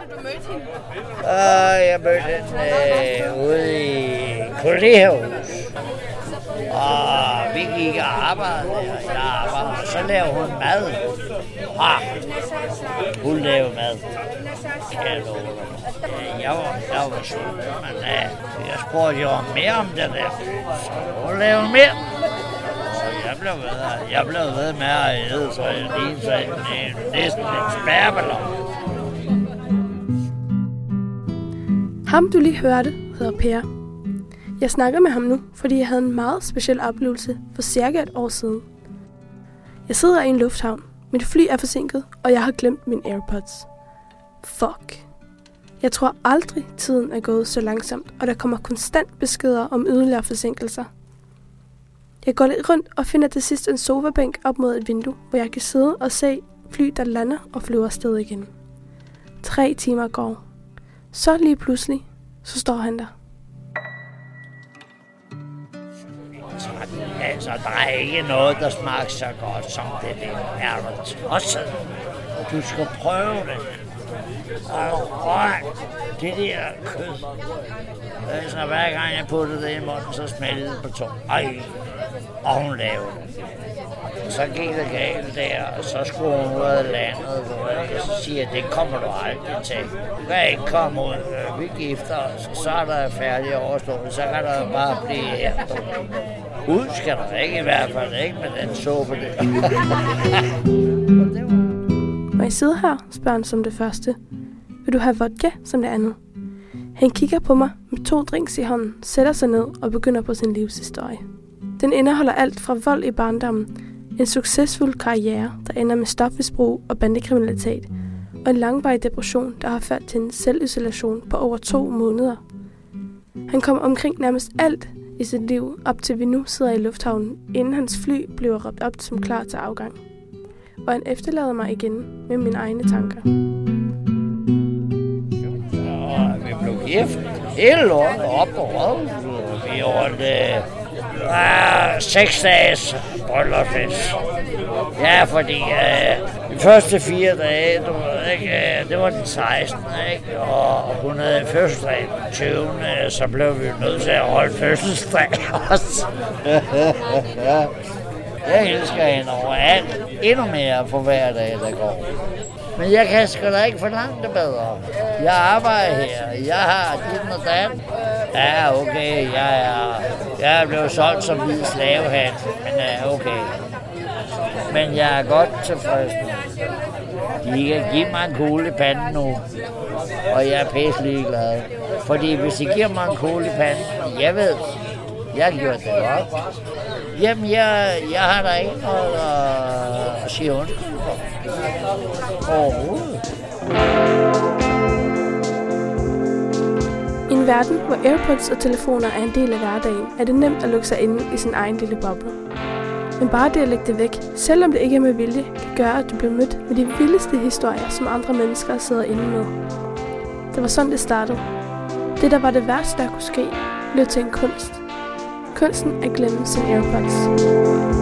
det, du mødte hende? Jeg mødte hende ude i kollegiehus. Og vi gik og arbejdede, og jeg arbejdede. Så lavede hun mad. Hun lavede mad. Jeg var sulten, men jeg spurgte jo mere om det der. Så hun lavede mere. Så jeg blev ved med at æde, så jeg lignede så næsten en spærreballon. Ham du lige hørte hedder Per. Jeg snakker med ham nu, fordi jeg havde en meget speciel oplevelse for cirka et år siden. Jeg sidder i en lufthavn. Mit fly er forsinket, og jeg har glemt mine AirPods. Fuck. Jeg tror aldrig tiden er gået så langsomt, og der kommer konstant beskeder om yderligere forsinkelser. Jeg går lidt rundt og finder til sidst en sofabænk op mod et vindue, hvor jeg kan sidde og se fly, der lander og flyver afsted igen. 3 timer går. Så lige pludselig, så står han der. Altså, der er ikke noget, der smager så godt som det der. Er du tosset? Du skal prøve det. Og det der kød. Altså, hver gang jeg puttede det i munden, så smeltede det på to. Og hun lavede det. Så gik det galt der, og så skulle hun ud af landet, og så siger jeg, det kommer du aldrig til. Du kan ikke komme ud, vi gifter os, så er der færdig overstået, så kan der bare blive her. Ud skal der ikke i hvert fald, ikke med den suppe der. Må jeg sidde her, spørger han som det første. Vil du have vodka som det andet? Han kigger på mig med 2 drinks i hånden, sætter sig ned og begynder på sin livshistorie. Den indeholder alt fra vold i barndommen, en succesfuld karriere, der ender med stofmisbrug og bandekriminalitet, og en langvarig depression, der har ført til en selvisolation på over 2 måneder. Han kom omkring nærmest alt i sit liv, op til vi nu sidder i lufthavnen, inden hans fly bliver råbt op som klar til afgang. Og han efterlader mig igen med mine egne tanker. Vi blev gift hele lortet op på rådhuset. Vi holdt 6 dages bryllupsfest. Ja, fordi de første 4 dage, du ved, ikke, det var den 16. Ikke? Og hun havde fødselsdag den 20. Så blev vi nødt til at holde fødselsdag også. Jeg elsker hende overalt. Endnu mere for hver dag, der går. Men jeg kan sgu da ikke forlange det bedre. Jeg arbejder her. Jeg har dit og dat. Ja, okay. Jeg er blevet solgt som hvid slavehandel. Men okay. Men jeg er godt tilfreds nu. De kan give mig en kugle i panden nu. Og jeg er pæselig glad. Fordi hvis de giver mig en kugle i panden, jeg ved, jeg har gjort det godt. Jamen, jeg har da ikke noget at sige undskyld for. Overhovedet. I en verden, hvor AirPods og telefoner er en del af hverdagen, er det nemt at lukke sig inde i sin egen lille boble. Men bare det at lægge det væk, selvom det ikke er med vilje, kan gøre, at du bliver mødt med de vildeste historier, som andre mennesker sidder inde med. Det var sådan, det startede. Det, der var det værste, der kunne ske, blev til en kunst. Kunsten at glemme sin AirPods.